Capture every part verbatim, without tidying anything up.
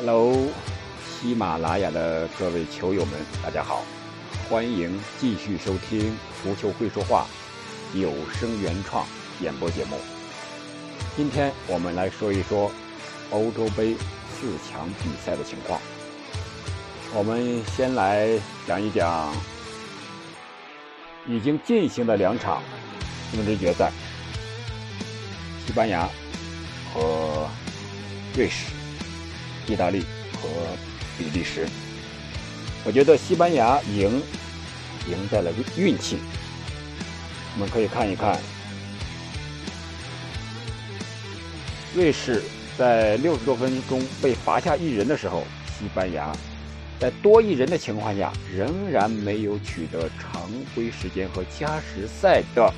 Hello，喜马拉雅的各位球友们，大家好，欢迎继续收听足球会说话有声原创演播节目。今天我们来说一说欧洲杯四强比赛的情况。我们先来讲一讲已经进行的两场四分之一决赛，西班牙和瑞士，意大利和比利时。我觉得西班牙赢赢在了运气。我们可以看一看瑞士在六十多分钟被罚下一人的时候，西班牙在多一人的情况下仍然没有取得常规时间和加时赛的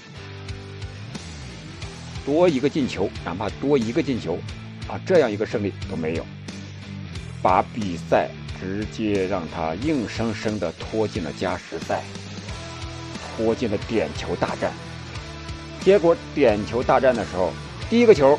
多一个进球，哪怕多一个进球啊，这样一个胜利都没有，把比赛直接让他硬生生的拖进了加时赛，拖进了点球大战。结果点球大战的时候，第一个球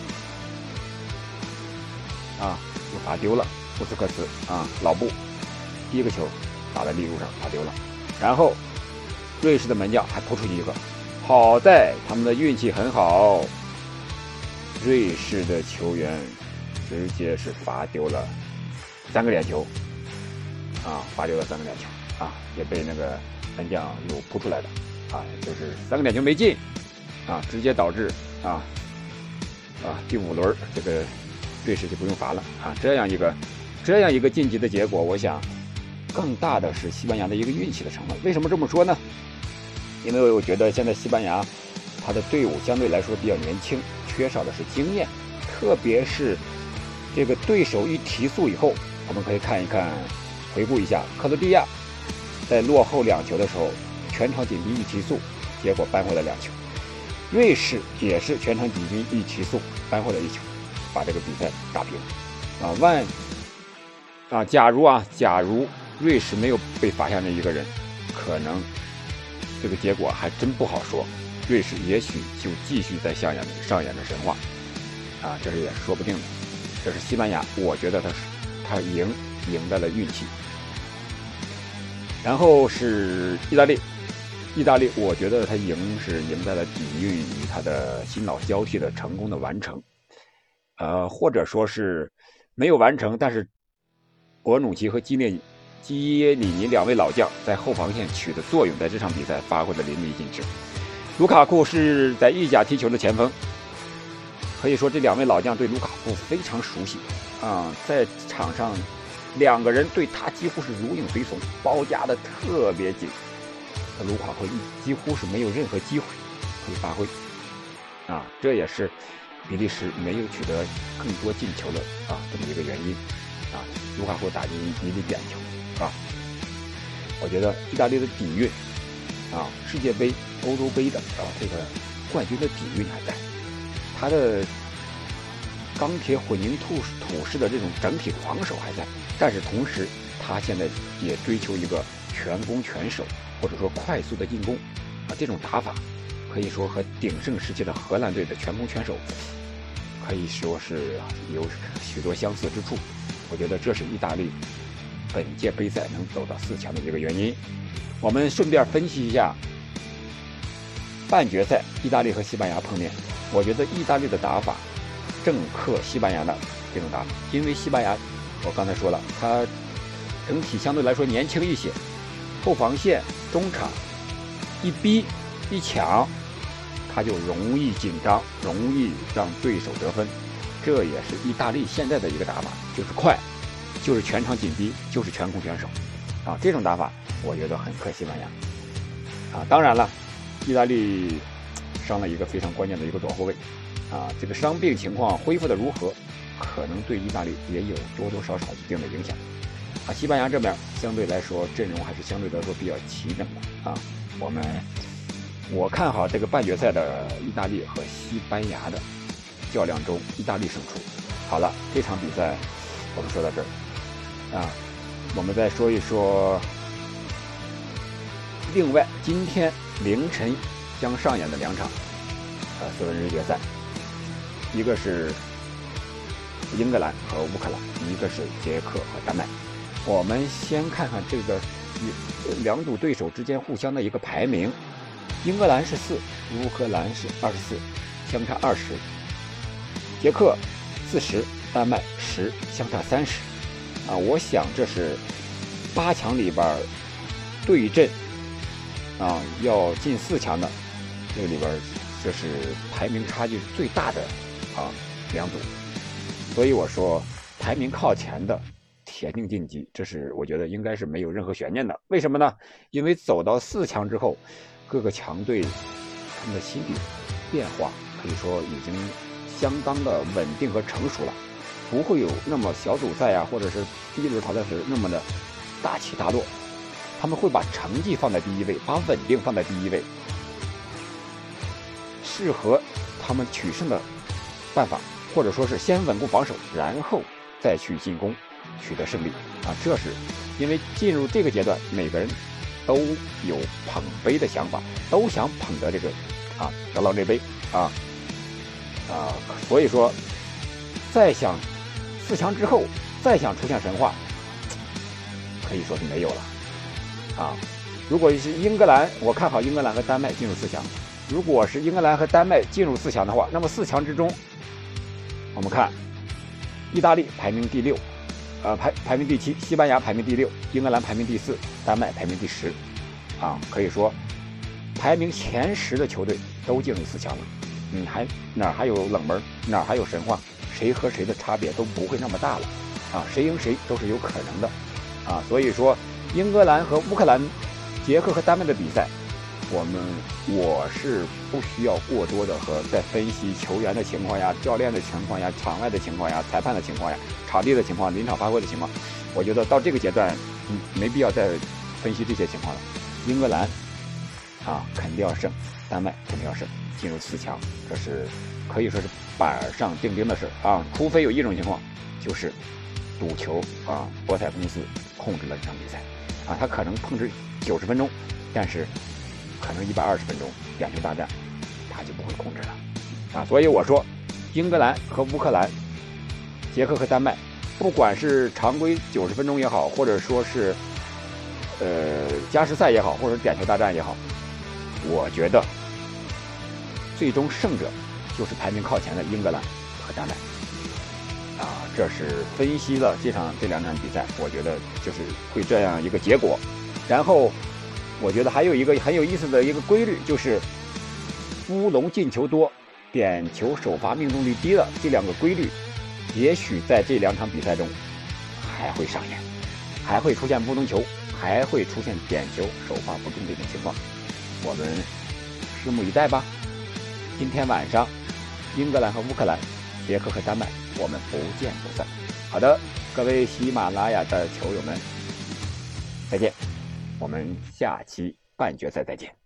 啊就罚丢了，布斯克斯啊老布第一个球打在立柱上罚丢了，然后瑞士的门将还扑出去一个，好在他们的运气很好，瑞士的球员直接是罚丢了三个点球啊，罚丢了三个点球啊，也被那个门将又扑出来的啊，就是三个点球没进啊，直接导致啊啊第五轮这个瑞士就不用罚了啊，这样一个这样一个晋级的结果，我想更大的是西班牙的一个运气的成分。为什么这么说呢？因为我觉得现在西班牙他的队伍相对来说比较年轻，缺少的是经验，特别是这个对手一提速以后，我们可以看一看回顾一下克罗地亚在落后两球的时候全场紧逼一提速，结果扳回了两球，瑞士也是全场紧逼一提速扳回了一球，把这个比赛打平啊。万啊假如啊假如瑞士没有被罚下那一个人，可能这个结果还真不好说，瑞士也许就继续在上演上演的神话啊，这是也说不定的。这是西班牙，我觉得他是他赢赢在了运气。然后是意大利，意大利我觉得他赢是赢在了底蕴与他的新老交替的成功的完成，呃，或者说是没有完成，但是博努奇和基列基耶里尼两位老将在后防线取得作用，在这场比赛发挥的淋漓尽致。卢卡库是在意甲踢球的前锋，可以说这两位老将对卢卡库非常熟悉啊，在场上两个人对他几乎是如影随形，包夹的特别紧，卢卡库几乎是没有任何机会可以发挥啊，这也是比利时没有取得更多进球的啊这么一个原因啊，卢卡库打进一粒点球啊，我觉得意大利的底蕴啊，世界杯、欧洲杯的啊这个冠军的底蕴还在，他的钢铁混凝土土式的这种整体防守还在，但是同时他现在也追求一个全攻全守或者说快速的进攻啊，这种打法可以说和鼎盛时期的荷兰队的全攻全守可以说是有许多相似之处。我觉得这是意大利本届杯赛能走到四强的一个原因。我们顺便分析一下半决赛意大利和西班牙碰面，我觉得意大利的打法正克西班牙的这种打法，因为西班牙我刚才说了，他整体相对来说年轻一些，后防线中场一逼一抢他就容易紧张，容易让对手得分，这也是意大利现在的一个打法，就是快，就是全场紧逼，就是全攻全守啊，这种打法我觉得很克西班牙啊。当然了，意大利伤了一个非常关键的一个左后卫啊，这个伤病情况恢复的如何，可能对意大利也有多多少少一定的影响啊。西班牙这边相对来说阵容还是相对来说比较齐整的啊。我们我看好这个半决赛的意大利和西班牙的较量中，意大利胜出。好了，这场比赛我们说到这儿啊，我们再说一说另外今天凌晨将上演的两场呃四分之一决赛，一个是英格兰和乌克兰，一个是捷克和丹麦。我们先看看这个两组对手之间互相的一个排名，英格兰是四，乌克兰是二十四，相差二十；捷克四十，丹麦十，相差三十。啊，我想这是八强里边对阵啊，要进四强的这个里边，这是排名差距最大的啊两组。所以我说，排名靠前的铁定晋级，这是我觉得应该是没有任何悬念的。为什么呢？因为走到四强之后，各个强队他们的心理变化可以说已经相当的稳定和成熟了，不会有那么小组赛啊，或者是第一轮淘汰时那么的大起大落。他们会把成绩放在第一位，把稳定放在第一位，适合他们取胜的办法，或者说是先稳固防守，然后再去进攻，取得胜利啊！这是因为进入这个阶段，每个人都有捧杯的想法，都想捧得这个啊得到这杯啊啊！所以说，再想四强之后再想出现神话，可以说是没有了啊！如果是英格兰，我看好英格兰和丹麦进入四强。如果是英格兰和丹麦进入四强的话，那么四强之中，我们看意大利排名第六，呃排排名第七，西班牙排名第六，英格兰排名第四，丹麦排名第十，啊，可以说排名前十的球队都进入四强了。嗯，还哪儿还有冷门，哪儿还有神话？谁和谁的差别都不会那么大了，啊，谁赢谁都是有可能的，啊，所以说英格兰和乌克兰、捷克和丹麦的比赛。我们我是不需要过多的和在分析球员的情况呀、教练的情况呀、场外的情况呀、裁判的情况呀、场地的情况、临场发挥的情况。我觉得到这个阶段，嗯，没必要再分析这些情况了。英格兰啊，肯定要胜；丹麦肯定要胜，进入四强，这是可以说是板上钉钉的事啊。除非有一种情况，就是赌球啊，博彩公司控制了这场比赛啊，他可能控制九十分钟，但是。可能一百二十分钟点球大战，他就不会控制了啊！所以我说，英格兰和乌克兰、捷克和丹麦，不管是常规九十分钟也好，或者说是呃加时赛也好，或者点球大战也好，我觉得最终胜者就是排名靠前的英格兰和丹麦啊！这是分析了这场这两场比赛，我觉得就是会这样一个结果，然后。我觉得还有一个很有意思的一个规律，就是乌龙进球多、点球首发命中率低的这两个规律，也许在这两场比赛中还会上演，还会出现乌龙球，还会出现点球首发不中这种情况。我们拭目以待吧。今天晚上，英格兰和乌克兰、捷克和丹麦，我们不见不散。好的，各位喜马拉雅的球友们，再见。我们下期半决赛再见。